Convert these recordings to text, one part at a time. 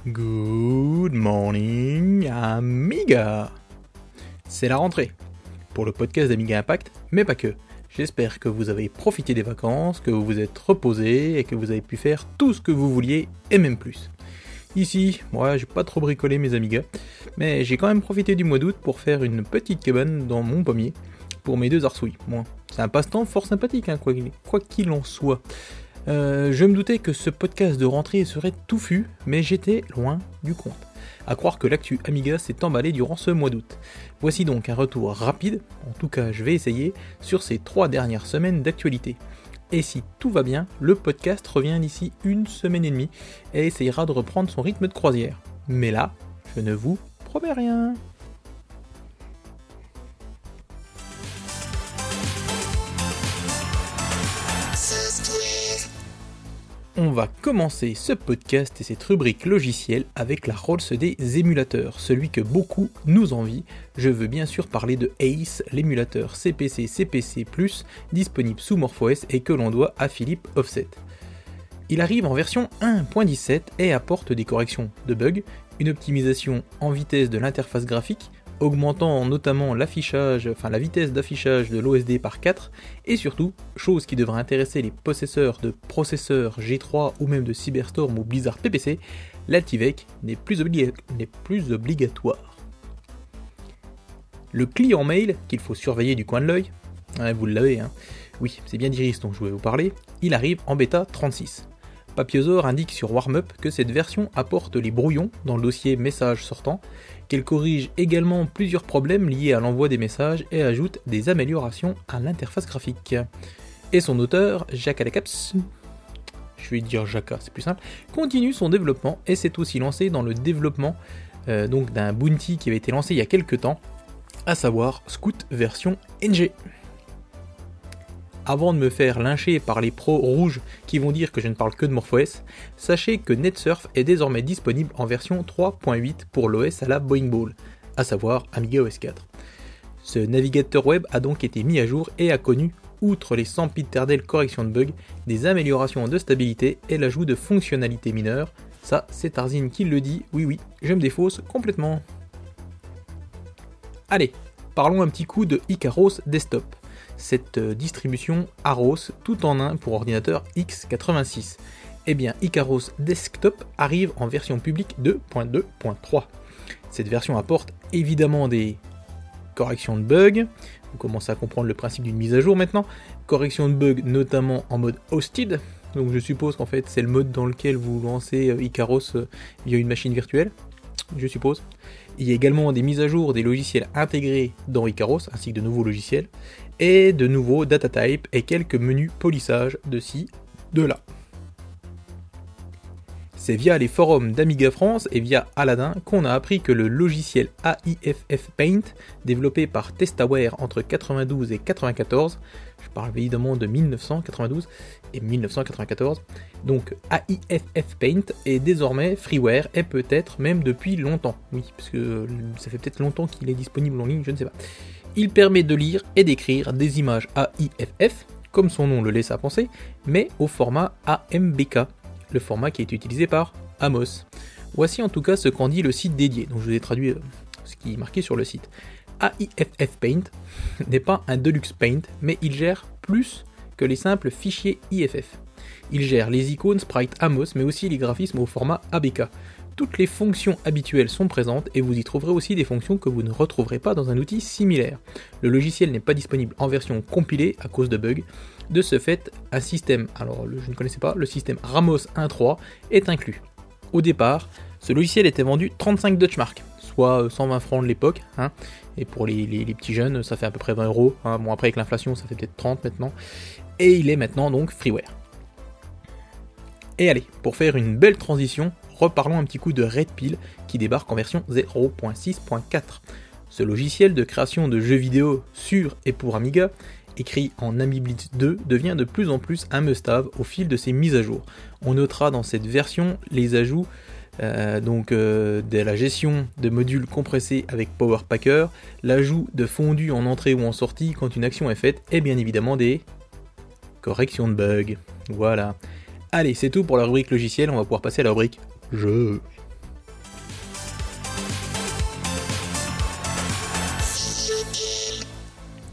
Good morning, Amiga. C'est la rentrée pour le podcast d'Amiga Impact, mais pas que. J'espère que vous avez profité des vacances, que vous vous êtes reposé et que vous avez pu faire tout ce que vous vouliez et même plus. Ici, moi, j'ai pas trop bricolé mes Amigas, mais j'ai quand même profité du mois d'août pour faire une petite cabane dans mon pommier pour mes deux arsouilles. Bon, c'est un passe-temps fort sympathique, hein, quoi qu'il en soit. Je me doutais que ce podcast de rentrée serait touffu, mais j'étais loin du compte. À croire que l'actu Amiga s'est emballé durant ce mois d'août. Voici donc un retour rapide, en tout cas je vais essayer, sur ces 3 dernières semaines d'actualité. Et si tout va bien, le podcast revient d'ici 1 semaine et demie et essayera de reprendre son rythme de croisière. Mais là, je ne vous promets rien. On va commencer ce podcast et cette rubrique logicielle avec la Rolls des émulateurs, celui que beaucoup nous envient. Je veux bien sûr parler de Ace, l'émulateur CPC+, disponible sous MorphOS et que l'on doit à Philippe Offset. Il arrive en version 1.17 et apporte des corrections de bugs, une optimisation en vitesse de l'interface graphique, augmentant notamment la vitesse d'affichage de l'OSD par 4, et surtout, chose qui devrait intéresser les possesseurs de processeurs G3 ou même de Cyberstorm ou Blizzard PPC, l'Altivec n'est plus obligatoire. Le client mail, qu'il faut surveiller du coin de l'œil, vous l'avez, oui, c'est bien d'Iris dont je voulais vous parler, il arrive en bêta 36. Papiosor indique sur Warmup que cette version apporte les brouillons dans le dossier messages sortant, qu'elle corrige également plusieurs problèmes liés à l'envoi des messages et ajoute des améliorations à l'interface graphique. Et son auteur, Jacques Alacaps, je vais dire Jacques, c'est plus simple, continue son développement et s'est aussi lancé dans le développement d'un bounty qui avait été lancé il y a quelques temps, à savoir Scout version NG. Avant de me faire lyncher par les pros rouges qui vont dire que je ne parle que de MorphOS, sachez que NetSurf est désormais disponible en version 3.8 pour l'OS à la Boeing Ball, à savoir Amiga OS 4. Ce navigateur web a donc été mis à jour et a connu, outre les sempiternelles corrections de bugs, des améliorations de stabilité et l'ajout de fonctionnalités mineures. Ça, c'est Tarzine qui le dit, oui, je me défausse complètement. Allez, parlons un petit coup de Icaros Desktop. Cette distribution Aros tout en un pour ordinateur x86. Eh bien, Icaros Desktop arrive en version publique 2.2.3. Cette version apporte évidemment des corrections de bugs, vous commencez à comprendre le principe d'une mise à jour maintenant, corrections de bugs notamment en mode hosted, donc je suppose qu'en fait c'est le mode dans lequel vous lancez Icaros via une machine virtuelle, je suppose. Il y a également des mises à jour des logiciels intégrés dans Icaros, ainsi que de nouveaux logiciels, et de nouveaux data types et quelques menus polissage de ci, de là. C'est via les forums d'Amiga France et via Aladdin qu'on a appris que le logiciel AIFF Paint, développé par Testaware entre 92 et 94, je parle évidemment de 1992 et 1994, donc AIFF Paint est désormais freeware et peut-être même depuis longtemps, oui, parce que ça fait peut-être longtemps qu'il est disponible en ligne, je ne sais pas. Il permet de lire et d'écrire des images AIFF, comme son nom le laisse à penser, mais au format AMBK, le format qui est utilisé par Amos. Voici en tout cas ce qu'en dit le site dédié, donc je vous ai traduit ce qui est marqué sur le site. AIFF Paint n'est pas un Deluxe Paint, mais il gère plus que les simples fichiers IFF. Il gère les icônes sprite Amos, mais aussi les graphismes au format ABK. Toutes les fonctions habituelles sont présentes et vous y trouverez aussi des fonctions que vous ne retrouverez pas dans un outil similaire. Le logiciel n'est pas disponible en version compilée à cause de bugs. De ce fait, un système, je ne connaissais pas, le système Ramos 1.3 est inclus. Au départ, ce logiciel était vendu 35 Deutschmark, soit 120 francs de l'époque, et pour les petits jeunes, ça fait à peu près 20 €, bon après avec l'inflation ça fait peut-être 30 maintenant, et il est maintenant donc freeware. Et allez, pour faire une belle transition, reparlons un petit coup de Red Pill qui débarque en version 0.6.4. Ce logiciel de création de jeux vidéo sur et pour Amiga, écrit en AmiBlitz 2, devient de plus en plus un must-have au fil de ses mises à jour. On notera dans cette version les ajouts de la gestion de modules compressés avec PowerPacker, l'ajout de fondus en entrée ou en sortie quand une action est faite, et bien évidemment des corrections de bugs. Voilà. Allez, c'est tout pour la rubrique logiciel, on va pouvoir passer à la rubrique jeux.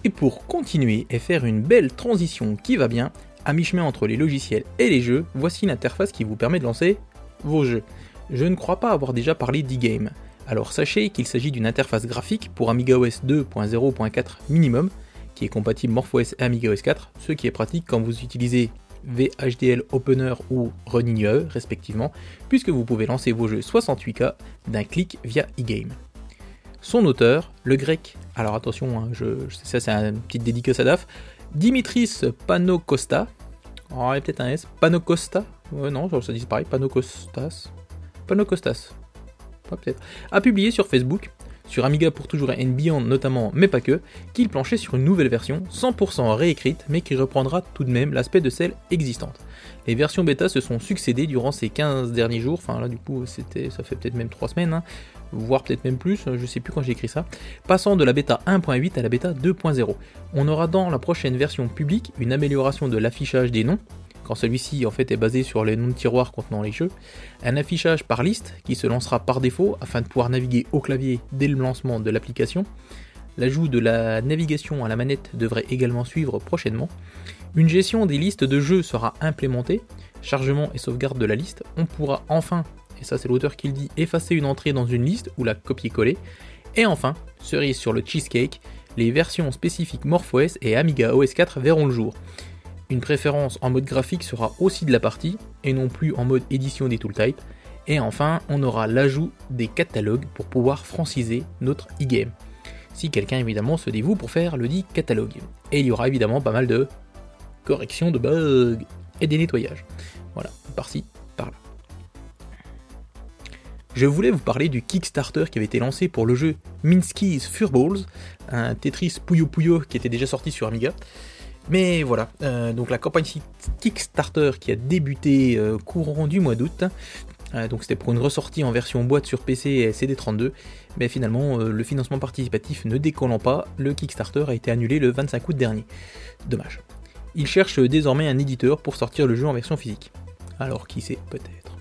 Et pour continuer et faire une belle transition qui va bien, à mi-chemin entre les logiciels et les jeux, voici l'interface qui vous permet de lancer vos jeux. Je ne crois pas avoir déjà parlé d'e-game. Alors sachez qu'il s'agit d'une interface graphique pour AmigaOS 2.0.4 minimum, qui est compatible MorphOS et AmigaOS 4, ce qui est pratique quand vous utilisez VHDL Opener ou RunInUE respectivement, puisque vous pouvez lancer vos jeux 68K d'un clic via eGame. Son auteur, le grec, alors attention, hein, ça c'est une petite dédicace à DAF, Dimitris Panocosta, il y a peut-être un S, Panocosta, non, ça dit pareil, Panocostas, peut-être, a publié sur Facebook, sur Amiga pour toujours et Beyond notamment, mais pas que, qu'il planchait sur une nouvelle version, 100% réécrite, mais qui reprendra tout de même l'aspect de celle existante. Les versions bêta se sont succédées durant ces 15 derniers jours, enfin là du coup ça fait peut-être même 3 semaines, hein, voire peut-être même plus, je sais plus quand j'ai écrit ça, passant de la bêta 1.8 à la bêta 2.0. On aura dans la prochaine version publique une amélioration de l'affichage des noms, quand celui-ci en fait est basé sur les noms de tiroirs contenant les jeux, un affichage par liste qui se lancera par défaut afin de pouvoir naviguer au clavier dès le lancement de l'application. L'ajout de la navigation à la manette devrait également suivre prochainement. Une gestion des listes de jeux sera implémentée, chargement et sauvegarde de la liste. On pourra enfin, et ça c'est l'auteur qui le dit, effacer une entrée dans une liste ou la copier-coller. Et enfin, cerise sur le cheesecake, les versions spécifiques MorphOS et Amiga OS 4 verront le jour. Une préférence en mode graphique sera aussi de la partie, et non plus en mode édition des tooltypes. Et enfin, on aura l'ajout des catalogues pour pouvoir franciser notre e-game. Si quelqu'un évidemment se dévoue pour faire le dit catalogue. Et il y aura évidemment pas mal de corrections de bugs et des nettoyages. Voilà, par-ci, par-là. Je voulais vous parler du Kickstarter qui avait été lancé pour le jeu Minsky's Furballs, un Tetris Puyo Puyo qui était déjà sorti sur Amiga. Mais voilà, donc la campagne Kickstarter qui a débuté courant du mois d'août, donc c'était pour une ressortie en version boîte sur PC et CD32, mais finalement le financement participatif ne décollant pas, le Kickstarter a été annulé le 25 août dernier. Dommage. Il cherche désormais un éditeur pour sortir le jeu en version physique. Alors qui sait, peut-être.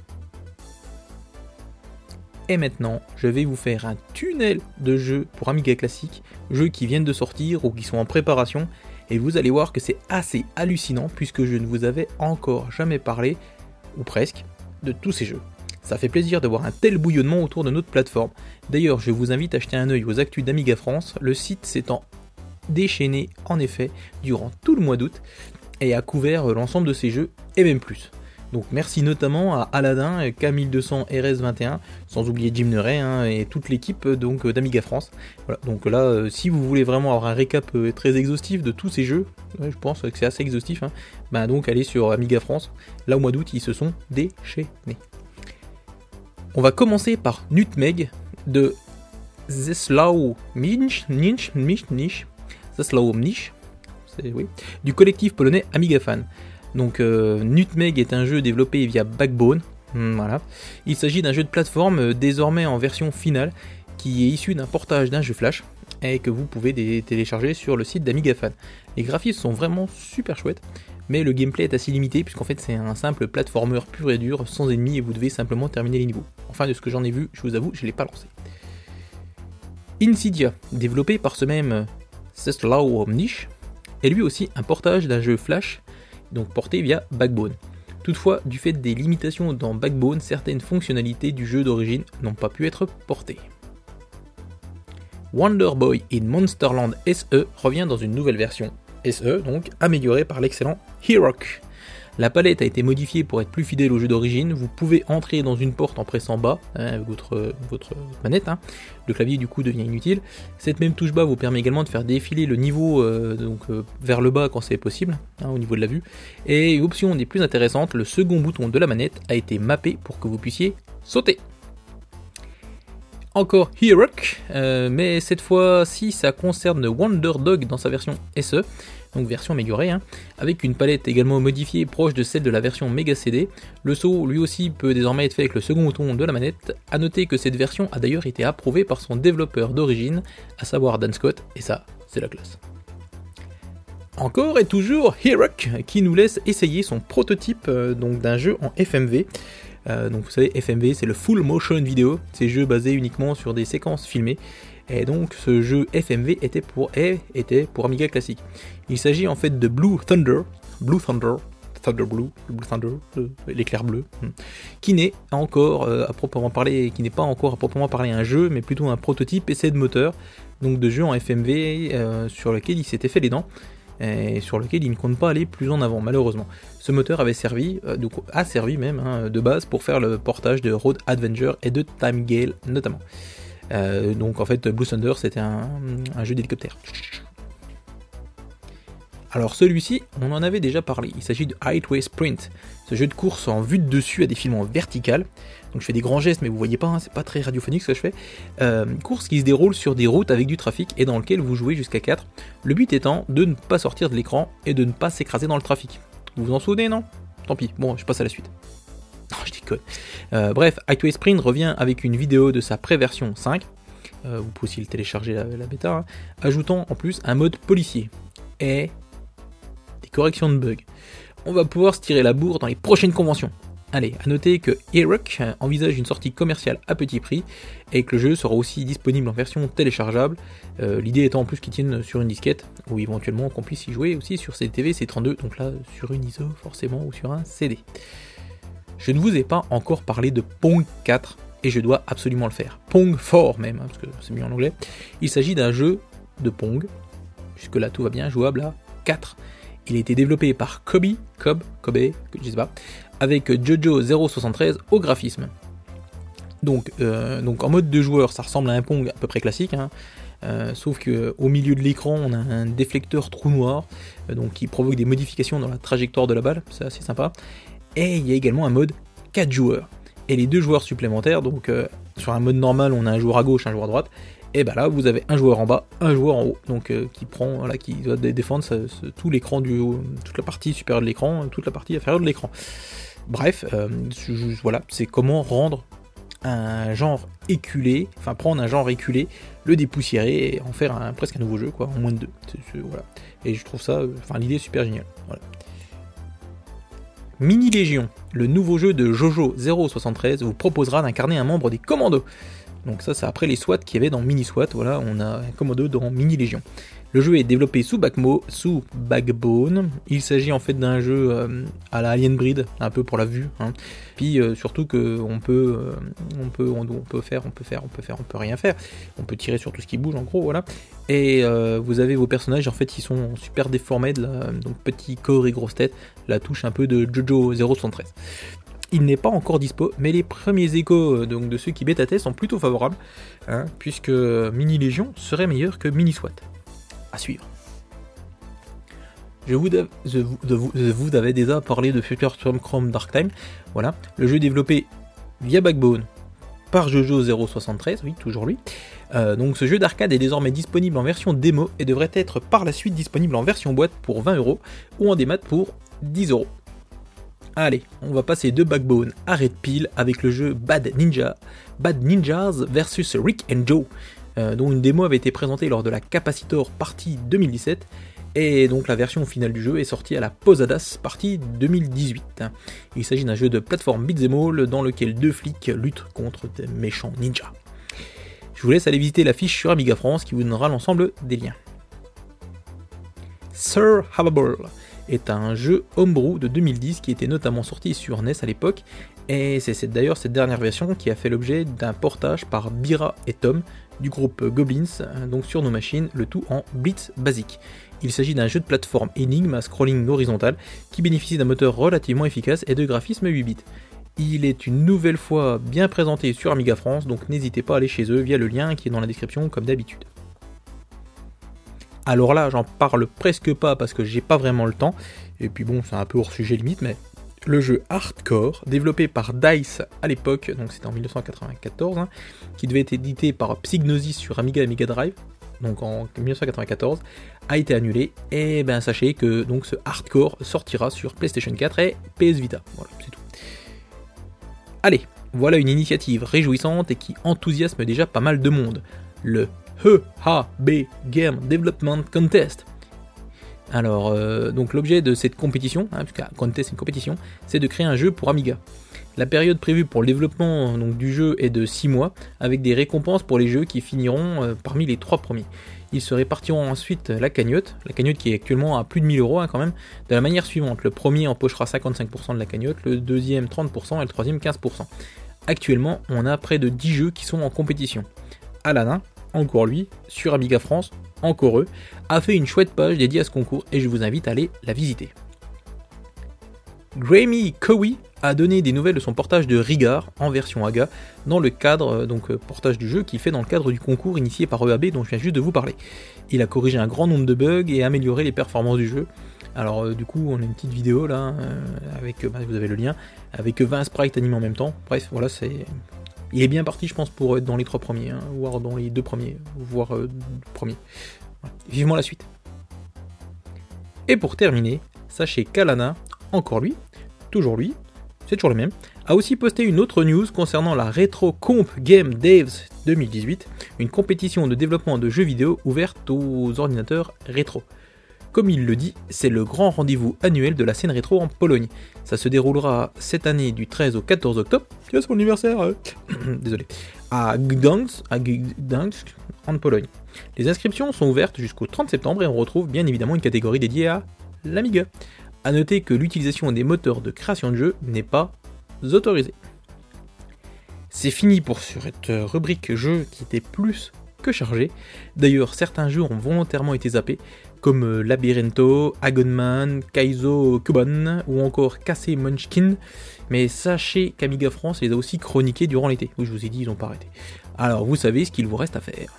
Et maintenant, je vais vous faire un tunnel de jeux pour Amiga classique, jeux qui viennent de sortir ou qui sont en préparation, et vous allez voir que c'est assez hallucinant puisque je ne vous avais encore jamais parlé, ou presque, de tous ces jeux. Ça fait plaisir de voir un tel bouillonnement autour de notre plateforme. D'ailleurs, je vous invite à jeter un œil aux actus d'Amiga France, le site s'étant déchaîné en effet durant tout le mois d'août et a couvert l'ensemble de ces jeux et même plus. Donc merci notamment à Aladdin, K1200 RS21, sans oublier Jim Neray et toute l'équipe donc d'Amiga France. Voilà, donc là, si vous voulez vraiment avoir un récap très exhaustif de tous ces jeux, je pense que c'est assez exhaustif, donc allez sur Amiga France. Là au mois d'août, ils se sont déchaînés. On va commencer par Nutmeg de Zeslaw Mnich, du collectif polonais Amiga Fan. Donc Nutmeg est un jeu développé via Backbone, voilà. Il s'agit d'un jeu de plateforme désormais en version finale qui est issu d'un portage d'un jeu Flash et que vous pouvez télécharger sur le site d'Amiga Fan. Les graphismes sont vraiment super chouettes, mais le gameplay est assez limité puisqu'en fait c'est un simple platformer pur et dur sans ennemis et vous devez simplement terminer les niveaux. Enfin de ce que j'en ai vu, je vous avoue, je ne l'ai pas lancé. Insidia, développé par ce même Zeslaw Mnich, est lui aussi un portage d'un jeu Flash, donc porté via Backbone. Toutefois, du fait des limitations dans Backbone, certaines fonctionnalités du jeu d'origine n'ont pas pu être portées. Wonder Boy in Monsterland SE revient dans une nouvelle version SE, donc améliorée par l'excellent Heroic. La palette a été modifiée pour être plus fidèle au jeu d'origine. Vous pouvez entrer dans une porte en pressant bas avec votre manette. Le clavier du coup devient inutile. Cette même touche bas vous permet également de faire défiler le niveau vers le bas quand c'est possible, au niveau de la vue. Et option des plus intéressantes, le second bouton de la manette a été mappé pour que vous puissiez sauter. Encore Heroic, mais cette fois-ci ça concerne Wonder Dog dans sa version SE, donc version améliorée, avec une palette également modifiée proche de celle de la version Mega CD. Le saut lui aussi peut désormais être fait avec le second bouton de la manette. A noter que cette version a d'ailleurs été approuvée par son développeur d'origine, à savoir Dan Scott, et ça c'est la classe. Encore et toujours Heroic qui nous laisse essayer son prototype d'un jeu en FMV. Donc vous savez, FMV c'est le Full Motion Video, c'est jeu basé uniquement sur des séquences filmées. Et donc ce jeu FMV était pour Amiga classique. Il s'agit en fait de Blue Thunder, l'éclair bleu, qui n'est encore à proprement parler, un jeu, mais plutôt un prototype essai de moteur, donc de jeu en FMV sur lequel il s'était fait les dents, et sur lequel il ne compte pas aller plus en avant, malheureusement. Ce moteur avait servi, de base pour faire le portage de Road Adventure et de Time Gale notamment. Donc en fait, Blue Thunder, c'était un jeu d'hélicoptère. Alors celui-ci, on en avait déjà parlé, il s'agit de Highway Sprint, ce jeu de course en vue de dessus à des films en vertical. Donc je fais des grands gestes mais vous voyez pas, hein, c'est pas très radiophonique ce que je fais. Course qui se déroule sur des routes avec du trafic et dans lequel vous jouez jusqu'à 4. Le but étant de ne pas sortir de l'écran et de ne pas s'écraser dans le trafic. Vous vous en souvenez, non ? Tant pis, bon je passe à la suite. Non, je déconne. Bref, Highway Sprint revient avec une vidéo de sa pré-version 5. Vous pouvez aussi le télécharger la bêta, hein, ajoutant en plus un mode policier. Et des corrections de bugs. On va pouvoir se tirer la bourre dans les prochaines conventions. Allez, à noter que Erock envisage une sortie commerciale à petit prix et que le jeu sera aussi disponible en version téléchargeable. L'idée étant en plus qu'il tienne sur une disquette ou éventuellement qu'on puisse y jouer aussi sur CTV C32, donc là sur une ISO forcément ou sur un CD. Je ne vous ai pas encore parlé de Pong 4 et je dois absolument le faire. Pong 4 même, hein, parce que c'est mieux en anglais. Il s'agit d'un jeu de Pong, jusque là tout va bien, jouable à 4. Il a été développé par Kobe, je sais pas, avec Jojo 073 au graphisme. Donc en mode de joueur, ça ressemble à un Pong à peu près classique, hein, sauf qu'au milieu de l'écran, on a un déflecteur trou noir, donc qui provoque des modifications dans la trajectoire de la balle, c'est assez sympa. Et il y a également un mode 4 joueurs. Et les 2 joueurs supplémentaires, donc sur un mode normal, on a un joueur à gauche, un joueur à droite. Et ben là, vous avez un joueur en bas, un joueur en haut, donc qui doit défendre tout l'écran toute la partie supérieure de l'écran, toute la partie inférieure de l'écran. Bref, voilà, c'est comment rendre un genre éculé, prendre un genre éculé, le dépoussiérer et en faire presque un nouveau jeu, quoi, en moins de 2. Voilà. Et je trouve ça, l'idée est super géniale. Voilà. Mini Légion, le nouveau jeu de Jojo 073 vous proposera d'incarner un membre des commandos. Donc ça c'est après les SWAT qu'il y avait dans Mini SWAT, voilà, on a un commando dans Mini Légion. Le jeu est développé sous Backbone, il s'agit en fait d'un jeu à la Alien Breed, un peu pour la vue, hein. Puis surtout que on peut rien faire, on peut tirer sur tout ce qui bouge en gros, voilà. Et vous avez vos personnages, en fait ils sont super déformés, donc petit corps et grosse tête, la touche un peu de Jojo 073. Il n'est pas encore dispo, mais les premiers échos donc de ceux qui bêta-testent sont plutôt favorables, hein, puisque Mini Légion serait meilleur que Mini SWAT. À suivre. Je vous avais déjà parlé de Future Stormcrown Dark Time. Voilà, le jeu développé via Backbone par Jojo 073, oui, toujours lui. Donc ce jeu d'arcade est désormais disponible en version démo et devrait être par la suite disponible en version boîte pour 20€ ou en démat pour 10€. Allez, on va passer de Backbone à Red Pill avec le jeu Bad Ninjas vs Rick and Joe, dont une démo avait été présentée lors de la Capacitor Party 2017, et donc la version finale du jeu est sortie à la Posadas Party 2018. Il s'agit d'un jeu de plateforme beat'em all dans lequel 2 flics luttent contre des méchants ninjas. Je vous laisse aller visiter la fiche sur Amiga France qui vous donnera l'ensemble des liens. Sir Hababble est un jeu homebrew de 2010 qui était notamment sorti sur NES à l'époque, et c'est d'ailleurs cette dernière version qui a fait l'objet d'un portage par Bira et Tom du groupe Goblins, donc sur nos machines, le tout en Blitz basique. Il s'agit d'un jeu de plateforme énigme à scrolling horizontal qui bénéficie d'un moteur relativement efficace et de graphisme 8 bits. Il est une nouvelle fois bien présenté sur Amiga France, donc n'hésitez pas à aller chez eux via le lien qui est dans la description comme d'habitude. Alors là, j'en parle presque pas parce que j'ai pas vraiment le temps, et puis bon, c'est un peu hors sujet limite, mais le jeu Hardcore, développé par DICE à l'époque, donc c'était en 1994, hein, qui devait être édité par Psygnosis sur Amiga et Mega Drive, donc en 1994, a été annulé, et ben sachez que donc ce Hardcore sortira sur PlayStation 4 et PS Vita, voilà, c'est tout. Allez, voilà une initiative réjouissante et qui enthousiasme déjà pas mal de monde, le EHB Game Development Contest. Alors, donc l'objet de cette compétition, puisque contest c'est une compétition, c'est de créer un jeu pour Amiga. La période prévue pour le développement donc, du jeu est de 6 mois, avec des récompenses pour les jeux qui finiront parmi les 3 premiers. Ils se répartiront ensuite la cagnotte qui est actuellement à plus de 1000 € quand même, de la manière suivante. Le premier empochera 55% de la cagnotte, le deuxième 30% et le troisième 15%. Actuellement, on a près de 10 jeux qui sont en compétition. Aladdin, encore lui, sur Amiga France, encore eux, a fait une chouette page dédiée à ce concours et je vous invite à aller la visiter. Grammy Cowie a donné des nouvelles de son portage de Rigard en version AGA dans le cadre, portage du jeu qu'il fait dans le cadre du concours initié par EAB dont je viens juste de vous parler. Il a corrigé un grand nombre de bugs et amélioré les performances du jeu. Alors du coup on a une petite vidéo là, avec, vous avez le lien, avec 20 sprites animés en même temps. Bref, voilà, il est bien parti je pense pour être dans les 3 premiers, voire dans les 2 premiers, voire premier. Voilà. Vivement la suite. Et pour terminer, sachez qu'Alana, encore lui, toujours lui, c'est toujours le même, a aussi posté une autre news concernant la Retro Comp Game Devs 2018, une compétition de développement de jeux vidéo ouverte aux ordinateurs rétro. Comme il le dit, c'est le grand rendez-vous annuel de la scène rétro en Pologne. Ça se déroulera cette année du 13 au 14 octobre, c'est son anniversaire, désolé, à Gdansk en Pologne. Les inscriptions sont ouvertes jusqu'au 30 septembre et on retrouve bien évidemment une catégorie dédiée à l'Amiga. A noter que l'utilisation des moteurs de création de jeux n'est pas autorisée. C'est fini pour cette rubrique jeux qui était plus que chargée. D'ailleurs, certains jeux ont volontairement été zappés, comme Labyrintho, Agonman, Kaizo Kuban ou encore Kase Munchkin. Mais sachez qu'Amiga France les a aussi chroniqués durant l'été. Oui, je vous ai dit, ils n'ont pas arrêté. Alors, vous savez ce qu'il vous reste à faire.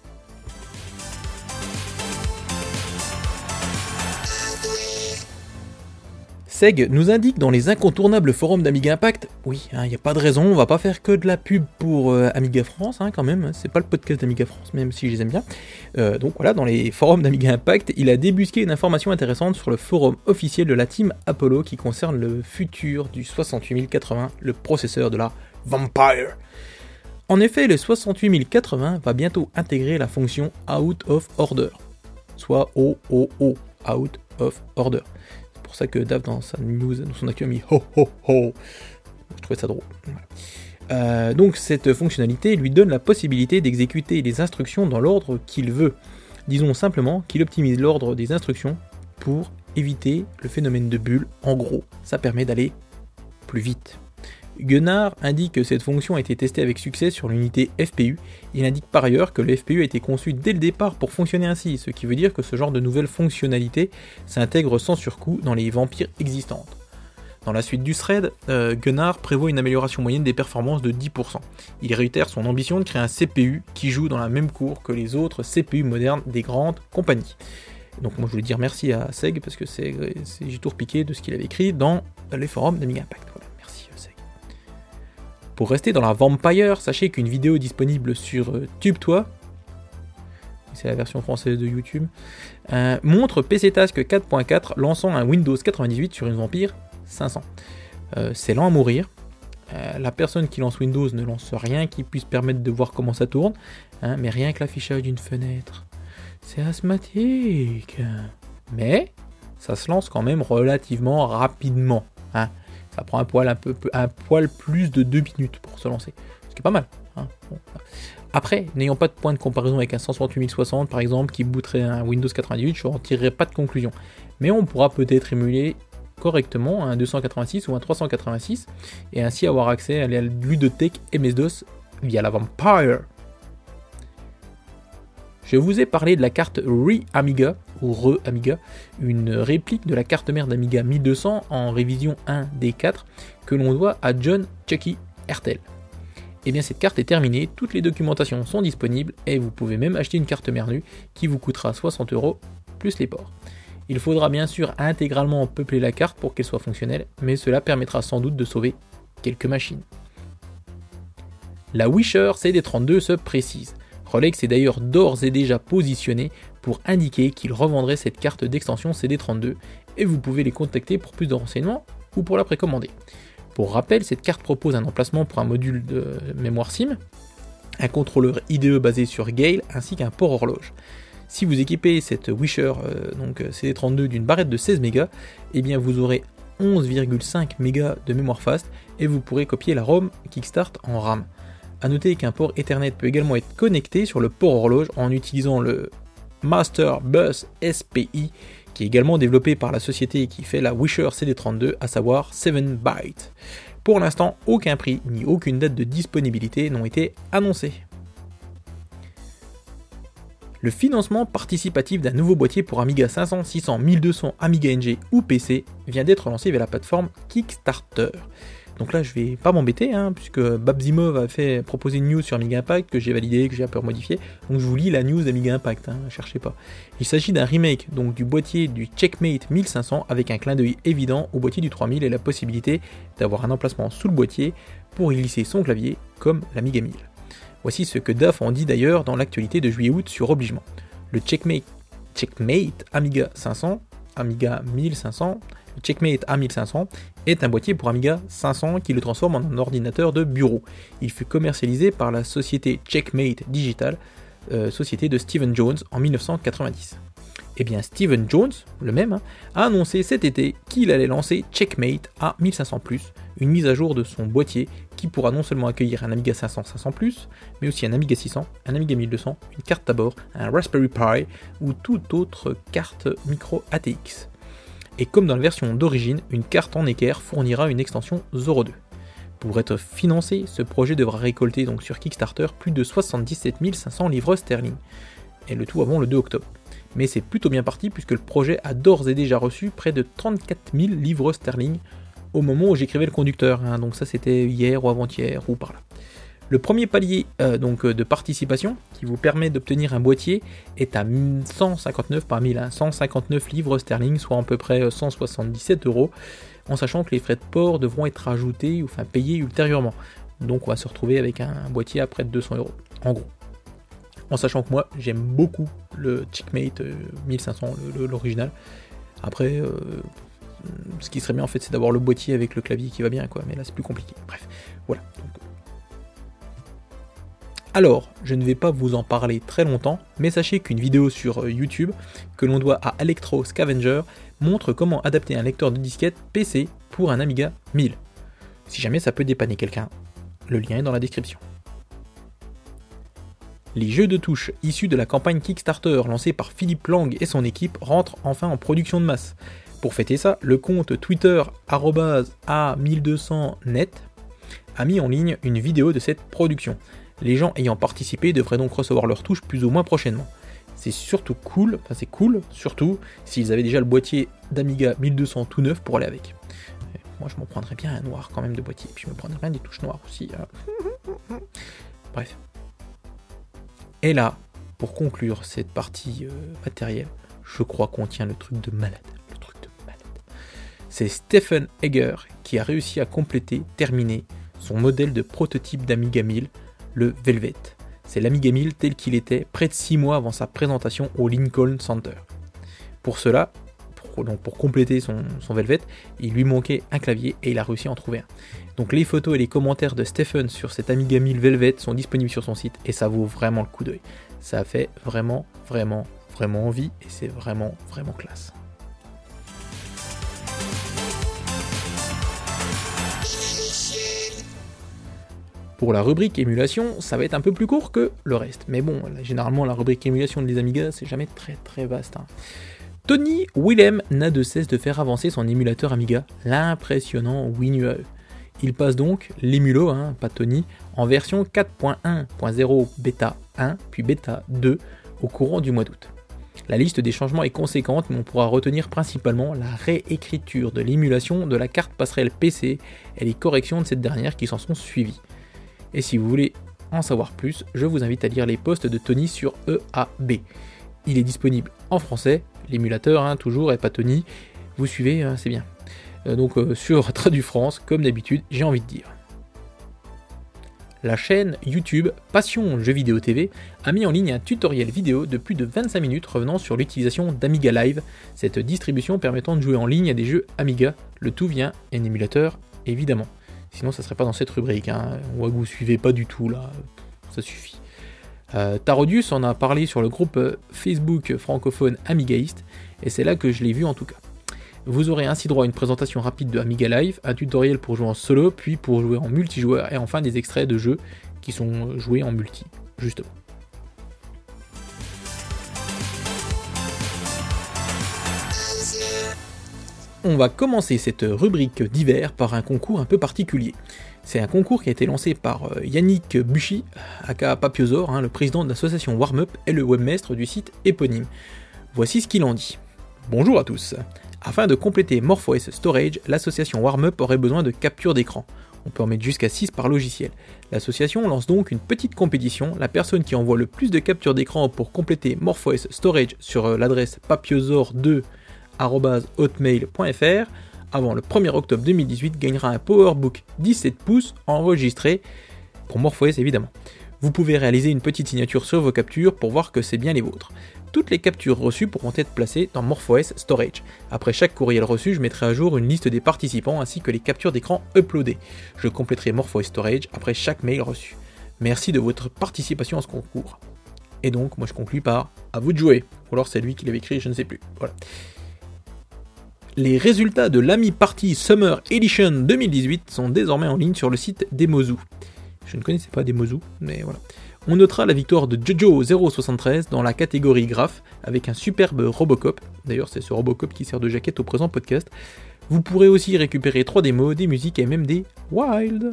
Seg nous indique dans les incontournables forums d'Amiga Impact, oui, il n'y a pas de raison, on va pas faire que de la pub pour Amiga France, quand même, c'est pas le podcast d'Amiga France, même si je les aime bien. Donc voilà, dans les forums d'Amiga Impact, il a débusqué une information intéressante sur le forum officiel de la team Apollo qui concerne le futur du 68080, le processeur de la Vampire. En effet, le 68080 va bientôt intégrer la fonction Out of Order, soit OOO, Out of Order. C'est pour ça que Dave dans sa news, dans son actu a mis ho ho ho. Je trouvais ça drôle. Voilà. Donc cette fonctionnalité lui donne la possibilité d'exécuter les instructions dans l'ordre qu'il veut. Disons simplement qu'il optimise l'ordre des instructions pour éviter le phénomène de bulle. En gros, ça permet d'aller plus vite. Gunnar indique que cette fonction a été testée avec succès sur l'unité FPU. Il indique par ailleurs que le FPU a été conçu dès le départ pour fonctionner ainsi, ce qui veut dire que ce genre de nouvelles fonctionnalités s'intègre sans surcoût dans les vampires existantes. Dans la suite du thread, Gunnar prévoit une amélioration moyenne des performances de 10%. Il réitère son ambition de créer un CPU qui joue dans la même cour que les autres CPU modernes des grandes compagnies. Donc moi je voulais dire merci à Seg parce que j'ai tout repiqué de ce qu'il avait écrit dans les forums d'Amiga Impact. Voilà. Pour rester dans la Vampire, sachez qu'une vidéo est disponible sur TubeToy, c'est la version française de YouTube, montre PC Task 4.4 lançant un Windows 98 sur une Vampire 500. C'est lent à mourir. La personne qui lance Windows ne lance rien qui puisse permettre de voir comment ça tourne, mais rien que l'affichage d'une fenêtre. C'est asthmatique. Mais ça se lance quand même relativement rapidement. Ça prend un poil plus de 2 minutes pour se lancer. Ce qui est pas mal. Bon. Après, n'ayant pas de point de comparaison avec un 168.060 par exemple, qui booterait un Windows 98, je n'en tirerai pas de conclusion. Mais on pourra peut-être émuler correctement un 286 ou un 386 et ainsi avoir accès à la ludothèque MS-DOS via la Vampire. Je vous ai parlé de la carte Re-Amiga, ou Re-Amiga, une réplique de la carte mère d'Amiga 1200 en révision 1D4 que l'on doit à John Chucky Hertel. Et bien cette carte est terminée, toutes les documentations sont disponibles et vous pouvez même acheter une carte mère nue qui vous coûtera 60 € plus les ports. Il faudra bien sûr intégralement peupler la carte pour qu'elle soit fonctionnelle, mais cela permettra sans doute de sauver quelques machines. La Wisher CD32 se précise. Rolex est d'ailleurs d'ores et déjà positionné pour indiquer qu'il revendrait cette carte d'extension CD32 et vous pouvez les contacter pour plus de renseignements ou pour la précommander. Pour rappel, cette carte propose un emplacement pour un module de mémoire SIM, un contrôleur IDE basé sur Gale ainsi qu'un port horloge. Si vous équipez cette Wisher CD32 d'une barrette de 16 Go, eh bien vous aurez 11,5 mégas de mémoire fast et vous pourrez copier la ROM Kickstart en RAM. A noter qu'un port Ethernet peut également être connecté sur le port horloge en utilisant le Master Bus SPI qui est également développé par la société qui fait la Wisher CD32, à savoir 7Byte. Pour l'instant, aucun prix ni aucune date de disponibilité n'ont été annoncés. Le financement participatif d'un nouveau boîtier pour Amiga 500, 600, 1200, Amiga NG ou PC vient d'être lancé via la plateforme Kickstarter. Donc là, je vais pas m'embêter, puisque Babzimov a proposé une news sur Amiga Impact que j'ai validé, que j'ai un peu modifié. Donc je vous lis la news d'Amiga Impact, cherchez pas. Il s'agit d'un remake donc du boîtier du Checkmate 1500 avec un clin d'œil évident au boîtier du 3000 et la possibilité d'avoir un emplacement sous le boîtier pour y glisser son clavier comme l'Amiga 1000. Voici ce que DAF en dit d'ailleurs dans l'actualité de juillet-août sur Obligement. Le Checkmate Amiga 500, Amiga 1500, le Checkmate A1500 est un boîtier pour Amiga 500 qui le transforme en un ordinateur de bureau. Il fut commercialisé par la société Checkmate Digital, société de Stephen Jones en 1990. Et bien Stephen Jones, le même, a annoncé cet été qu'il allait lancer Checkmate A1500+, une mise à jour de son boîtier qui pourra non seulement accueillir un Amiga 500 500+, mais aussi un Amiga 600, un Amiga 1200, une carte à bord, un Raspberry Pi ou toute autre carte micro ATX. Et comme dans la version d'origine, une carte en équerre fournira une extension Zoro 2. Pour être financé, ce projet devra récolter donc sur Kickstarter plus de 77 500 livres sterling, et le tout avant le 2 octobre. Mais c'est plutôt bien parti puisque le projet a d'ores et déjà reçu près de 34 000 livres sterling au moment où j'écrivais le conducteur, donc ça c'était hier ou avant-hier ou par là. Le premier palier de participation qui vous permet d'obtenir un boîtier est à 159 par 1000, 159 livres sterling, soit à peu près 177 €, en sachant que les frais de port devront être ajoutés ou payés ultérieurement. Donc on va se retrouver avec un boîtier à près de 200 €, en gros. En sachant que moi j'aime beaucoup le Checkmate 1500, l'original. Après, ce qui serait bien en fait c'est d'avoir le boîtier avec le clavier qui va bien, mais là c'est plus compliqué. Bref, voilà. Alors, je ne vais pas vous en parler très longtemps, mais sachez qu'une vidéo sur YouTube, que l'on doit à Electro Scavenger, montre comment adapter un lecteur de disquette PC pour un Amiga 1000. Si jamais ça peut dépanner quelqu'un, le lien est dans la description. Les jeux de touche issus de la campagne Kickstarter lancée par Philippe Lang et son équipe rentrent enfin en production de masse. Pour fêter ça, le compte Twitter @a1200net a mis en ligne une vidéo de cette production. Les gens ayant participé devraient donc recevoir leurs touches plus ou moins prochainement. C'est surtout cool, surtout s'ils avaient déjà le boîtier d'Amiga 1200 tout neuf pour aller avec. Moi je m'en prendrais bien un noir quand même de boîtier, puis je me prendrais bien des touches noires aussi. Bref. Et là, pour conclure cette partie matérielle, je crois qu'on tient le truc de malade. C'est Stephen Egger qui a réussi à terminer son modèle de prototype d'Amiga 1000, le Velvet. C'est l'Amiga 1000 tel qu'il était près de 6 mois avant sa présentation au Lincoln Center. Pour cela, pour compléter son Velvet, il lui manquait un clavier et il a réussi à en trouver un. Donc les photos et les commentaires de Stephen sur cet Amiga 1000 Velvet sont disponibles sur son site et ça vaut vraiment le coup d'œil. Ça fait vraiment envie et c'est vraiment classe. Pour la rubrique émulation, ça va être un peu plus court que le reste. Mais bon, généralement la rubrique émulation des Amiga, c'est jamais très vaste. Tony Willem n'a de cesse de faire avancer son émulateur Amiga, l'impressionnant WinUAE. Il passe donc l'émulo, pas Tony, en version 4.1.0 bêta 1, puis bêta 2 au courant du mois d'août. La liste des changements est conséquente, mais on pourra retenir principalement la réécriture de l'émulation de la carte passerelle PC et les corrections de cette dernière qui s'en sont suivies. Et si vous voulez en savoir plus, je vous invite à lire les posts de Tony sur EAB. Il est disponible en français, l'émulateur toujours et pas Tony. Vous suivez, c'est bien. Donc sur Tradu France, comme d'habitude, j'ai envie de dire. La chaîne YouTube Passion Jeux Vidéo TV a mis en ligne un tutoriel vidéo de plus de 25 minutes revenant sur l'utilisation d'Amiga Live, cette distribution permettant de jouer en ligne à des jeux Amiga, le tout via un émulateur évidemment. Sinon ça serait pas dans cette rubrique, on voit que vous suivez pas du tout là, ça suffit. Tarodius en a parlé sur le groupe Facebook francophone Amigaïste, et c'est là que je l'ai vu en tout cas. Vous aurez ainsi droit à une présentation rapide de Amiga Live, un tutoriel pour jouer en solo, puis pour jouer en multijoueur, et enfin des extraits de jeux qui sont joués en multi, justement. On va commencer cette rubrique d'hiver par un concours un peu particulier. C'est un concours qui a été lancé par Yannick Buchy, aka Papiosor, le président de l'association Warmup et le webmaître du site éponyme. Voici ce qu'il en dit. Bonjour à tous. Afin de compléter MorphOS Storage, l'association Warmup aurait besoin de captures d'écran. On peut en mettre jusqu'à 6 par logiciel. L'association lance donc une petite compétition. La personne qui envoie le plus de captures d'écran pour compléter MorphOS Storage sur l'adresse papiosor2@hotmail.fr avant le 1er octobre 2018 gagnera un PowerBook 17 pouces enregistré pour MorphOS évidemment. Vous pouvez réaliser une petite signature sur vos captures pour voir que c'est bien les vôtres. Toutes les captures reçues pourront être placées dans MorphOS Storage. Après chaque courriel reçu, je mettrai à jour une liste des participants ainsi que les captures d'écran uploadées. Je compléterai MorphOS Storage après chaque mail reçu. Merci de votre participation à ce concours. Et donc, moi je conclus par « à vous de jouer ». Ou alors c'est lui qui l'avait écrit, je ne sais plus. Voilà. Les résultats de l'Ami Party Summer Edition 2018 sont désormais en ligne sur le site d'Emozu. Je ne connaissais pas d'Emozu, mais voilà. On notera la victoire de Jojo073 dans la catégorie graph avec un superbe Robocop. D'ailleurs, c'est ce Robocop qui sert de jaquette au présent podcast. Vous pourrez aussi récupérer 3 démos, des musiques et même des wild.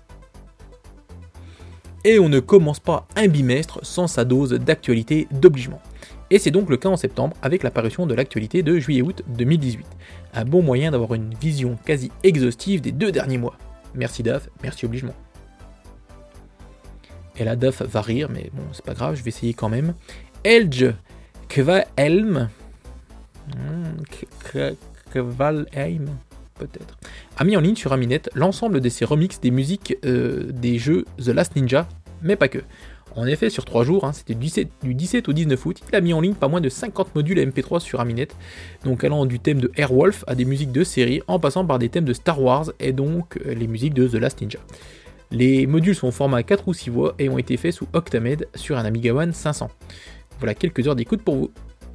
Et on ne commence pas un bimestre sans sa dose d'actualité d'obligement. Et c'est donc le cas en septembre avec l'apparition de l'actualité de juillet-août 2018. Un bon moyen d'avoir une vision quasi exhaustive des 2 derniers mois. Merci DAF, merci obligement. Et la DAF va rire, mais bon, c'est pas grave, je vais essayer quand même. Elge Kvalheim, peut-être, a mis en ligne sur Aminet l'ensemble de ses remixes des musiques des jeux The Last Ninja, mais pas que. En effet, sur 3 jours, c'était du 17 au 19 août, il a mis en ligne pas moins de 50 modules MP3 sur Aminet, donc allant du thème de Airwolf à des musiques de série, en passant par des thèmes de Star Wars et donc les musiques de The Last Ninja. Les modules sont au format 4 ou 6 voix et ont été faits sous Octamed sur un Amiga One 500. Voilà quelques heures d'écoute pour vous.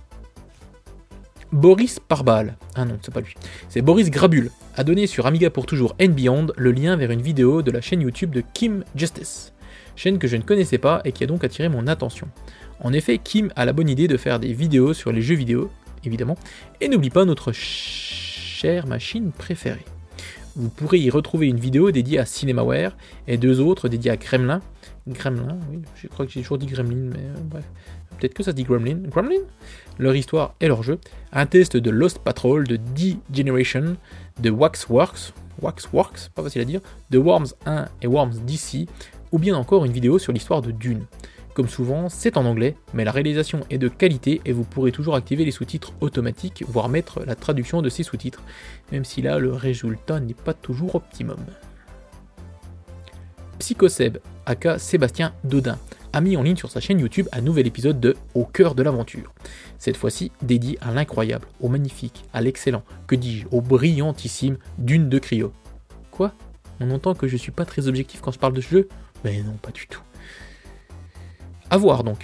Boris Parbal, ah non, c'est pas lui, c'est Boris Grabul, a donné sur Amiga pour toujours and Beyond le lien vers une vidéo de la chaîne YouTube de Kim Justice, chaîne que je ne connaissais pas et qui a donc attiré mon attention. En effet, Kim a la bonne idée de faire des vidéos sur les jeux vidéo, évidemment, et n'oublie pas notre chère machine préférée. Vous pourrez y retrouver une vidéo dédiée à CinemaWare et 2 autres dédiées à Gremlin. Gremlin, oui, je crois que j'ai toujours dit Gremlin, mais bref, peut-être que ça se dit Gremlin. Gremlin ? Leur histoire et leur jeu. Un test de Lost Patrol, de D-Generation, de Waxworks, pas facile à dire, de Worms 1 et Worms DC, ou bien encore une vidéo sur l'histoire de Dune. Comme souvent, c'est en anglais, mais la réalisation est de qualité et vous pourrez toujours activer les sous-titres automatiques, voire mettre la traduction de ces sous-titres, même si là le résultat n'est pas toujours optimum. Psychoseb, aka Sébastien Dodin, a mis en ligne sur sa chaîne YouTube un nouvel épisode de Au cœur de l'aventure. Cette fois-ci dédié à l'incroyable, au magnifique, à l'excellent, que dis-je, au brillantissime Dune de Cryo. Quoi ? On entend que je suis pas très objectif quand je parle de ce jeu ? Mais non, pas du tout. À voir donc.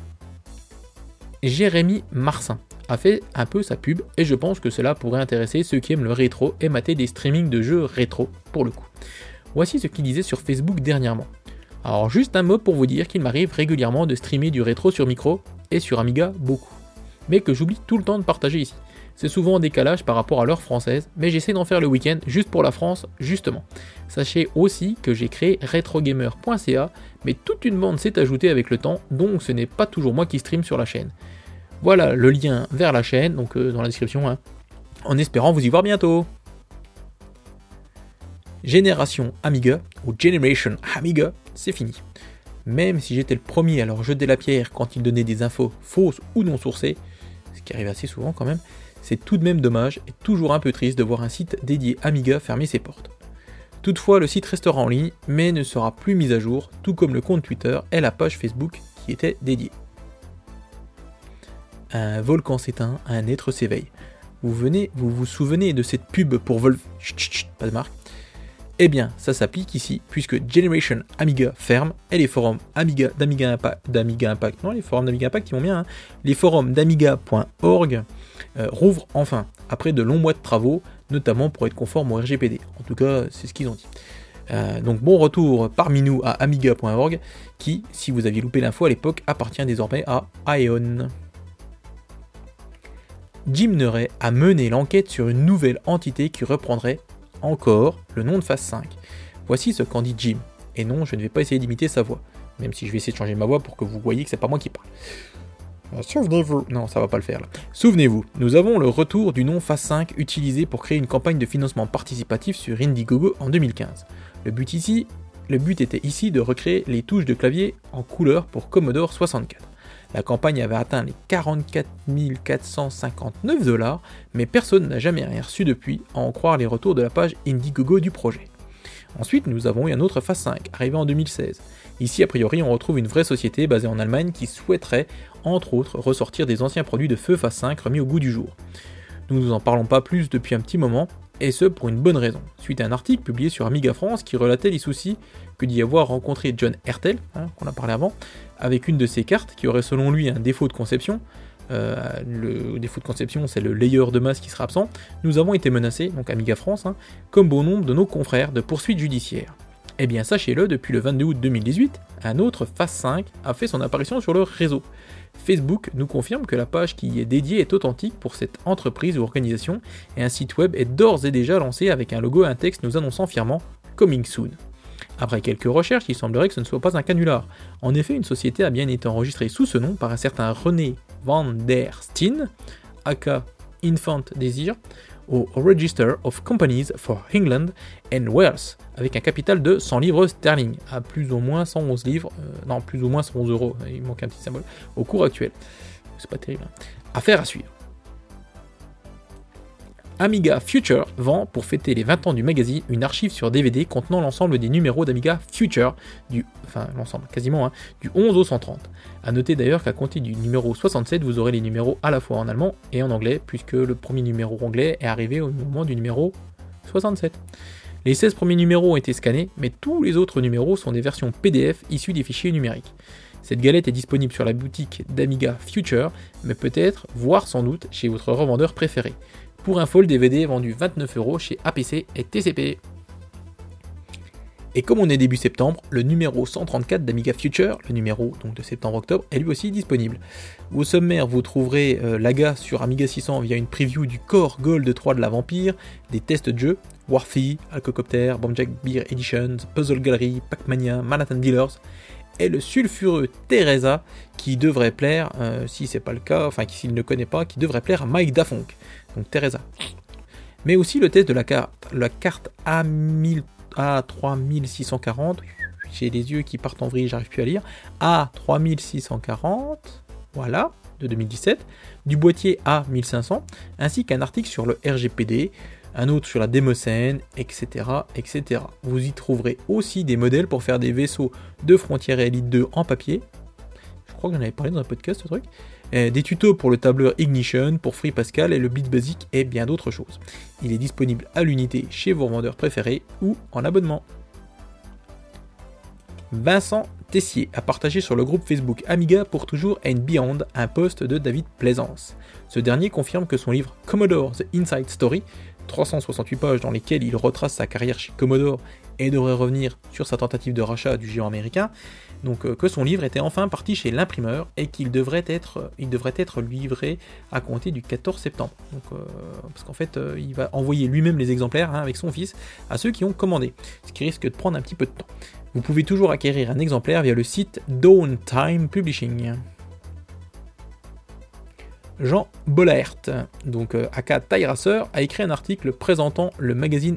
Jérémy Marcin a fait un peu sa pub et je pense que cela pourrait intéresser ceux qui aiment le rétro et mater des streamings de jeux rétro pour le coup. Voici ce qu'il disait sur Facebook dernièrement. Alors juste un mot pour vous dire qu'il m'arrive régulièrement de streamer du rétro sur micro et sur Amiga beaucoup, mais que j'oublie tout le temps de partager ici. C'est souvent en décalage par rapport à l'heure française, mais j'essaie d'en faire le week-end juste pour la France, justement. Sachez aussi que j'ai créé retrogamer.ca, mais toute une bande s'est ajoutée avec le temps, donc ce n'est pas toujours moi qui stream sur la chaîne. Voilà le lien vers la chaîne, donc dans la description, en espérant vous y voir bientôt. Génération Amiga, ou Generation Amiga, c'est fini. Même si j'étais le premier à leur jeter la pierre quand ils donnaient des infos fausses ou non sourcées, ce qui arrive assez souvent quand même, c'est tout de même dommage et toujours un peu triste de voir un site dédié Amiga fermer ses portes. Toutefois, le site restera en ligne, mais ne sera plus mis à jour, tout comme le compte Twitter et la page Facebook qui était dédiée. Un volcan s'éteint, un être s'éveille. Vous vous souvenez de cette pub pour Volv... Chut, pas de marque. Eh bien, ça s'applique ici, puisque Generation Amiga ferme, et les forums d'Amiga Impact, non, les forums d'Amiga Impact, ils vont bien, les forums d'Amiga.org rouvrent enfin. après de longs mois de travaux, notamment pour être conforme au RGPD. En tout cas, c'est ce qu'ils ont dit. Donc bon retour parmi nous à Amiga.org, qui, si vous aviez loupé l'info à l'époque, appartient désormais à Aeon. Jim Neray a mené l'enquête sur une nouvelle entité qui reprendrait encore le nom de Phase 5. Voici ce qu'en dit Jim. Et non, je ne vais pas essayer d'imiter sa voix, même si je vais essayer de changer ma voix pour que vous voyez que c'est pas moi qui parle. Souvenez-vous. Non, ça va pas le faire là. Souvenez-vous, nous avons le retour du nom Phase 5 utilisé pour créer une campagne de financement participatif sur Indiegogo en 2015. Le but était ici de recréer les touches de clavier en couleur pour Commodore 64. La campagne avait atteint les 44 459 $, mais personne n'a jamais rien reçu depuis, à en croire les retours de la page Indiegogo du projet. Ensuite, nous avons eu un autre Phase 5, arrivé en 2016. Ici, a priori, on retrouve une vraie société basée en Allemagne qui souhaiterait, entre autres, ressortir des anciens produits de feu Phase 5 remis au goût du jour. Nous ne nous en parlons pas plus depuis un petit moment, et ce pour une bonne raison. Suite à un article publié sur Amiga France qui relatait les soucis que d'y avoir rencontré John Hertel, qu'on a parlé avant, avec une de ses cartes qui aurait selon lui un défaut de conception. Le défaut de conception, c'est le layer de masse qui sera absent. Nous avons été menacés, donc Amiga France, comme bon nombre de nos confrères, de poursuites judiciaires. Eh bien, sachez-le, depuis le 22 août 2018, un autre Phase 5 a fait son apparition sur le réseau. Facebook nous confirme que la page qui y est dédiée est authentique pour cette entreprise ou organisation, et un site web est d'ores et déjà lancé avec un logo et un texte nous annonçant fièrement « Coming Soon ». Après quelques recherches, il semblerait que ce ne soit pas un canular. En effet, une société a bien été enregistrée sous ce nom par un certain René van der Steen, aka Infant Desir, au Register of Companies for England and Wales, avec un capital de 100 livres sterling, à plus ou moins 111 livres, plus ou moins 111 euros, il manque un petit symbole, au cours actuel. C'est pas terrible. Affaire à suivre. Amiga Future vend, pour fêter les 20 ans du magazine, une archive sur DVD contenant l'ensemble des numéros d'Amiga Future, du 11 au 130. A noter d'ailleurs qu'à compter du numéro 67, vous aurez les numéros à la fois en allemand et en anglais, puisque le premier numéro anglais est arrivé au moment du numéro 67. Les 16 premiers numéros ont été scannés, mais tous les autres numéros sont des versions PDF issues des fichiers numériques. Cette galette est disponible sur la boutique d'Amiga Future, mais peut-être, voire sans doute, chez votre revendeur préféré. Pour info, le DVD est vendu 29 € chez APC et TCP. Et comme on est début septembre, le numéro 134 d'Amiga Future, le numéro donc de septembre-octobre, est lui aussi disponible. Au sommaire, vous trouverez l'AGA sur Amiga 600 via une preview du Core Gold 3 de la Vampire, des tests de jeux, Warfy, Alcocopter, Bombjack Beer Editions, Puzzle Gallery, Pac-Mania, Manhattan Dealers, et le sulfureux Teresa, qui devrait plaire, si c'est pas le cas, enfin s'il ne le connaît pas, qui devrait plaire à Mike Dafonk. Donc Teresa. Mais aussi le test de la carte A3640, j'ai les yeux qui partent en vrille, j'arrive plus à lire, A3640, voilà, de 2017, du boîtier A1500, ainsi qu'un article sur le RGPD, un autre sur la démocène, etc., etc. Vous y trouverez aussi des modèles pour faire des vaisseaux de Frontier Elite 2 en papier, je crois que j'en avais parlé dans un podcast ce truc, des tutos pour le tableur Ignition, pour Free Pascal et le Bit Basic et bien d'autres choses. Il est disponible à l'unité chez vos vendeurs préférés ou en abonnement. Vincent Tessier a partagé sur le groupe Facebook Amiga pour toujours and Beyond un post de David Plaisance. Ce dernier confirme que son livre Commodore The Inside Story, 368 pages dans lesquelles il retrace sa carrière chez Commodore et devrait revenir sur sa tentative de rachat du géant américain, donc que son livre était enfin parti chez l'imprimeur et qu'il devrait être livré à compter du 14 septembre. Donc, parce qu'en fait, il va envoyer lui-même les exemplaires avec son fils à ceux qui ont commandé, ce qui risque de prendre un petit peu de temps. Vous pouvez toujours acquérir un exemplaire via le site Downtime Publishing. Jean Bollaert, donc aka Tie Racer, a écrit un article présentant le magazine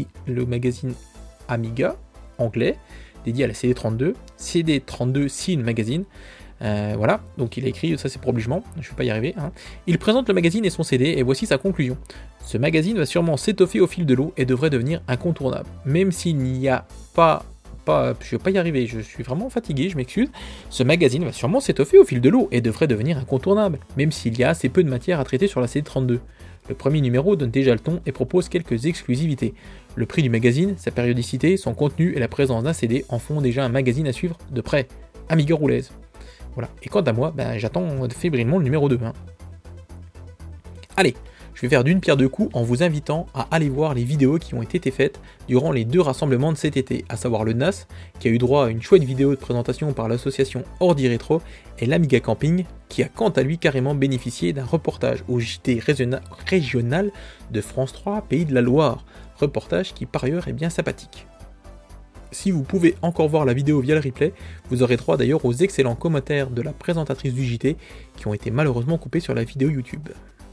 Amiga anglais, dédié à la CD32, CD32 Scene Magazine. Voilà, donc il a écrit, ça c'est pour obligement, je ne vais pas y arriver. Il présente le magazine et son CD, et voici sa conclusion. Ce magazine va sûrement s'étoffer au fil de l'eau et devrait devenir incontournable. Même s'il n'y a pas, je ne vais pas y arriver, je suis vraiment fatigué, je m'excuse. Ce magazine va sûrement s'étoffer au fil de l'eau et devrait devenir incontournable, même s'il y a assez peu de matière à traiter sur la CD32. Le premier numéro donne déjà le ton et propose quelques exclusivités. Le prix du magazine, sa périodicité, son contenu et la présence d'un CD en font déjà un magazine à suivre de près. Amiga roulaise. Voilà. Et quant à moi, j'attends fébrilement le numéro 2. Allez, Je vais faire d'une pierre deux coups en vous invitant à aller voir les vidéos qui ont été faites durant les 2 rassemblements de cet été, à savoir le NAS, qui a eu droit à une chouette vidéo de présentation par l'association Ordi Rétro, et l'Amiga Camping, qui a quant à lui carrément bénéficié d'un reportage au JT régional de France 3 Pays de la Loire, reportage qui par ailleurs est bien sympathique. Si vous pouvez encore voir la vidéo via le replay, vous aurez droit d'ailleurs aux excellents commentaires de la présentatrice du JT qui ont été malheureusement coupés sur la vidéo YouTube.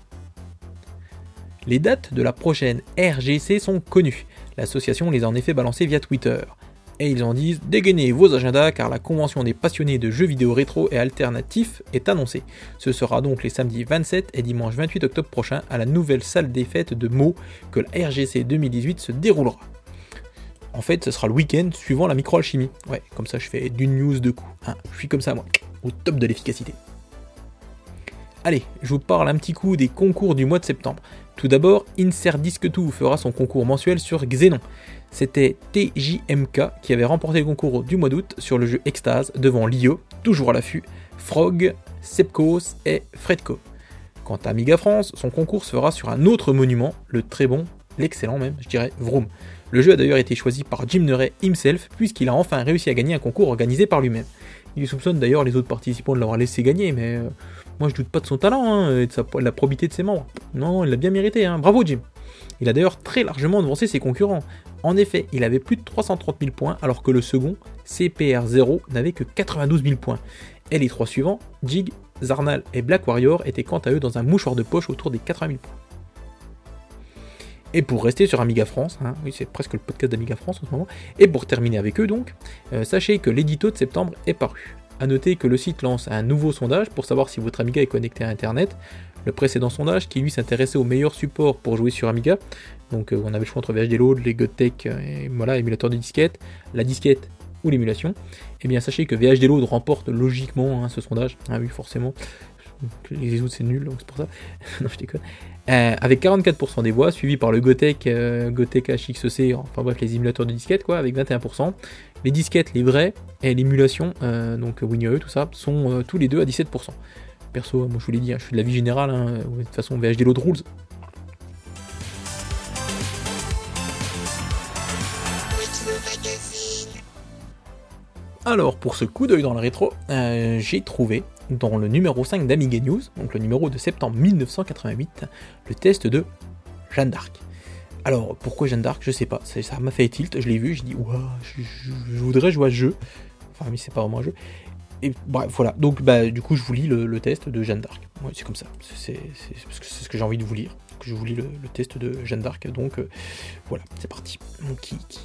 Les dates de la prochaine RGC sont connues, l'association les a en effet balancées via Twitter. Et ils en disent « Dégainez vos agendas car la convention des passionnés de jeux vidéo rétro et alternatifs est annoncée. Ce sera donc les samedis 27 et dimanche 28 octobre prochain à la nouvelle salle des fêtes de Meaux que la RGC 2018 se déroulera. » En fait, ce sera le week-end suivant la microalchimie. Ouais, comme ça je fais d'une news de coup. Hein, je suis comme ça moi, au top de l'efficacité. Allez, je vous parle un petit coup des concours du mois de septembre. Tout d'abord, Insert Disque 2 fera son concours mensuel sur Xenon. C'était TJMK qui avait remporté le concours du mois d'août sur le jeu Extase devant Lio, toujours à l'affût, Frog, Sepkos et Fredco. Quant à Amiga France, son concours se fera sur un autre monument, le très bon, l'excellent même, je dirais, Vroom. Le jeu a d'ailleurs été choisi par Jim Murray himself puisqu'il a enfin réussi à gagner un concours organisé par lui-même. Il soupçonne d'ailleurs les autres participants de l'avoir laissé gagner, mais moi je doute pas de son talent et de la probité de ses membres. Non, il l'a bien mérité, bravo Jim. Il a d'ailleurs très largement devancé ses concurrents. En effet, il avait plus de 330 000 points alors que le second, CPR0, n'avait que 92 000 points. Et les 3 suivants, Jig, Zarnal et Black Warrior, étaient quant à eux dans un mouchoir de poche autour des 80 000 points. Et pour rester sur Amiga France, oui c'est presque le podcast d'Amiga France en ce moment, et pour terminer avec eux donc, sachez que l'édito de septembre est paru. A noter que le site lance un nouveau sondage pour savoir si votre Amiga est connecté à Internet. Le précédent sondage, qui lui s'intéressait aux meilleurs supports pour jouer sur Amiga, donc on avait le choix entre VHD Load, les Godtech, et voilà, émulateur de disquette, la disquette ou l'émulation. Et bien sachez que VHD Load remporte logiquement ce sondage, oui forcément, les autres c'est nul donc c'est pour ça, non je déconne. Avec 44% des voix, suivi par le Godtech, Godtech HXC, enfin bref les émulateurs de disquette quoi, avec 21%. Les disquettes, les vrais, et l'émulation, donc WinUE, tout ça, sont tous les deux à 17%. Perso, moi je vous l'ai dit, je suis de la vie générale, de toute façon VHD Load rules. Alors pour ce coup d'œil dans le rétro, j'ai trouvé dans le numéro 5 d'Amiga News, donc le numéro de septembre 1988, le test de Jeanne d'Arc. Alors pourquoi Jeanne d'Arc, je sais pas, ça m'a fait tilt, je l'ai vu, j'ai dit waouh, je voudrais jouer à ce jeu, enfin mais c'est pas vraiment un jeu, et bref voilà, donc du coup je vous lis le test de Jeanne d'Arc, ouais, c'est comme ça, c'est ce que j'ai envie de vous lire, que je vous lis le test de Jeanne d'Arc, donc voilà, c'est parti. Donc,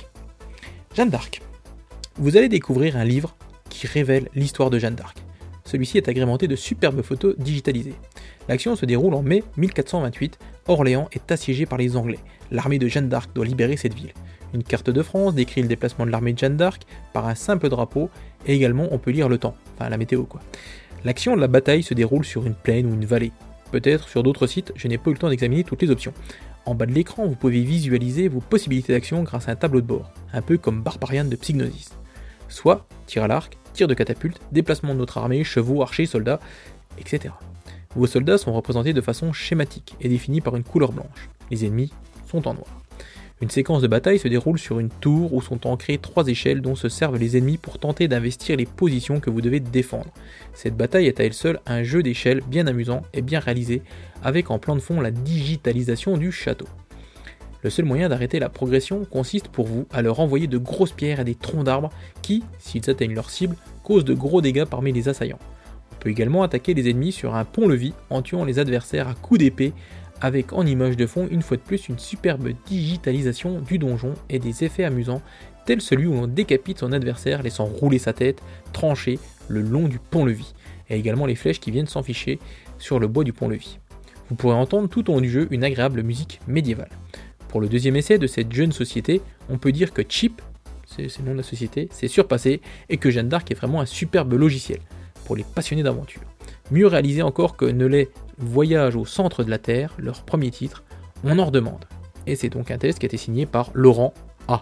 Jeanne d'Arc. Vous allez découvrir un livre qui révèle l'histoire de Jeanne d'Arc. Celui-ci est agrémenté de superbes photos digitalisées. L'action se déroule en mai 1428. Orléans est assiégée par les Anglais. L'armée de Jeanne d'Arc doit libérer cette ville. Une carte de France décrit le déplacement de l'armée de Jeanne d'Arc par un simple drapeau, et également on peut lire le temps, enfin la météo quoi. L'action de la bataille se déroule sur une plaine ou une vallée. Peut-être sur d'autres sites, je n'ai pas eu le temps d'examiner toutes les options. En bas de l'écran, vous pouvez visualiser vos possibilités d'action grâce à un tableau de bord, un peu comme Barbarian de Psygnosis. Soit tir à l'arc, tir de catapulte, déplacement de notre armée, chevaux, archers, soldats, etc. Vos soldats sont représentés de façon schématique et définis par une couleur blanche. Les ennemis sont en noir. Une séquence de bataille se déroule sur une tour où sont ancrées 3 échelles dont se servent les ennemis pour tenter d'investir les positions que vous devez défendre. Cette bataille est à elle seule un jeu d'échelle bien amusant et bien réalisé, avec en plan de fond la digitalisation du château. Le seul moyen d'arrêter la progression consiste pour vous à leur envoyer de grosses pierres et des troncs d'arbres qui, s'ils atteignent leur cible, causent de gros dégâts parmi les assaillants. On peut également attaquer les ennemis sur un pont-levis en tuant les adversaires à coups d'épée, avec en image de fond une fois de plus une superbe digitalisation du donjon et des effets amusants, tels celui où l'on décapite son adversaire laissant rouler sa tête, tranchée le long du pont-levis, et également les flèches qui viennent s'enficher sur le bois du pont-levis. Vous pourrez entendre tout au long du jeu une agréable musique médiévale. Pour le deuxième essai de cette jeune société, on peut dire que Chip, c'est le nom de la société, s'est surpassé et que Jeanne d'Arc est vraiment un superbe logiciel pour les passionnés d'aventure. Mieux réalisé encore que ne l'est Voyage au centre de la Terre, leur premier titre, on en redemande. Et c'est donc un test qui a été signé par Laurent A.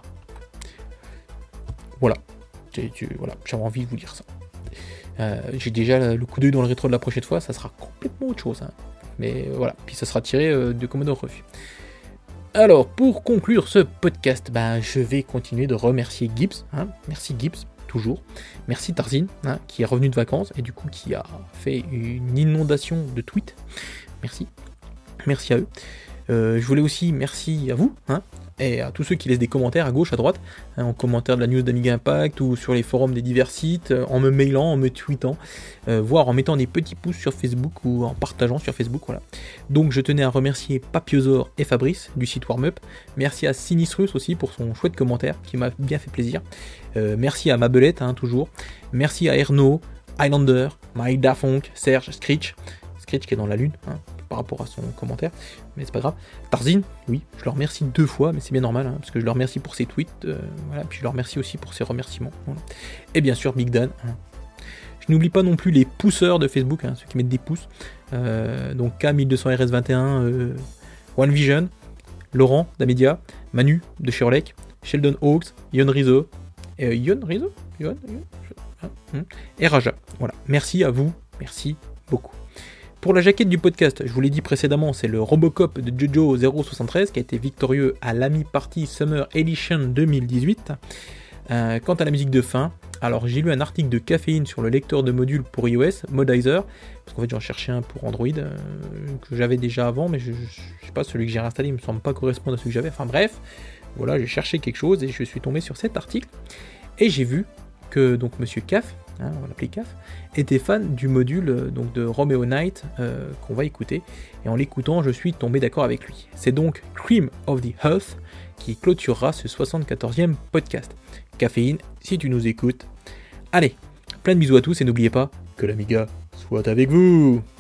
Voilà, j'avais envie de vous dire ça. J'ai déjà le coup d'œil dans le rétro de la prochaine fois, ça sera complètement autre chose. mais voilà, puis ça sera tiré de Commodore Revue. Alors, pour conclure ce podcast, je vais continuer de remercier Gibbs, merci Gibbs, toujours. Merci Tarzine, qui est revenu de vacances et du coup qui a fait une inondation de tweets. Merci à eux. Je voulais aussi merci à vous, et à tous ceux qui laissent des commentaires à gauche, à droite, en commentaire de la news d'Amiga Impact ou sur les forums des divers sites, en me mailant, en me tweetant, voire en mettant des petits pouces sur Facebook ou en partageant sur Facebook, voilà. Donc je tenais à remercier Papiosaur et Fabrice du site Warmup. Merci à Sinistrus aussi pour son chouette commentaire qui m'a bien fait plaisir. Merci à Mabelette, toujours. Merci à Erno, Highlander, Mike Dafonk, Serge, Screech qui est dans la lune, par rapport à son commentaire, mais c'est pas grave. Tarzine, oui, je le remercie 2 fois, mais c'est bien normal, parce que je le remercie pour ses tweets, puis je le remercie aussi pour ses remerciements. Voilà. Et bien sûr, Big Dan. Je n'oublie pas non plus les pousseurs de Facebook, ceux qui mettent des pouces. Donc K1200RS21, One Vision, Laurent d'Amedia, Manu de chez Orlec, Sheldon Hawks, Yon Rizzo, et Raja. Voilà. Merci à vous, merci beaucoup. Pour la jaquette du podcast, je vous l'ai dit précédemment, c'est le Robocop de Jojo 073 qui a été victorieux à l'Ami Party Summer Edition 2018. Quant à la musique de fin, alors j'ai lu un article de Caféine sur le lecteur de modules pour iOS, Modizer, parce qu'en fait j'en cherchais un pour Android, que j'avais déjà avant, mais je sais pas, celui que j'ai réinstallé, il me semble pas correspondre à celui que j'avais. Enfin bref, voilà, j'ai cherché quelque chose et je suis tombé sur cet article, et j'ai vu que donc Monsieur Caf, on va l'appeler Caf, était fan du module donc de Romeo Knight qu'on va écouter, et en l'écoutant je suis tombé d'accord avec lui. C'est donc Cream of the Earth qui clôturera ce 74e podcast. Caféine, si tu nous écoutes, allez, plein de bisous à tous et n'oubliez pas que l'Amiga soit avec vous.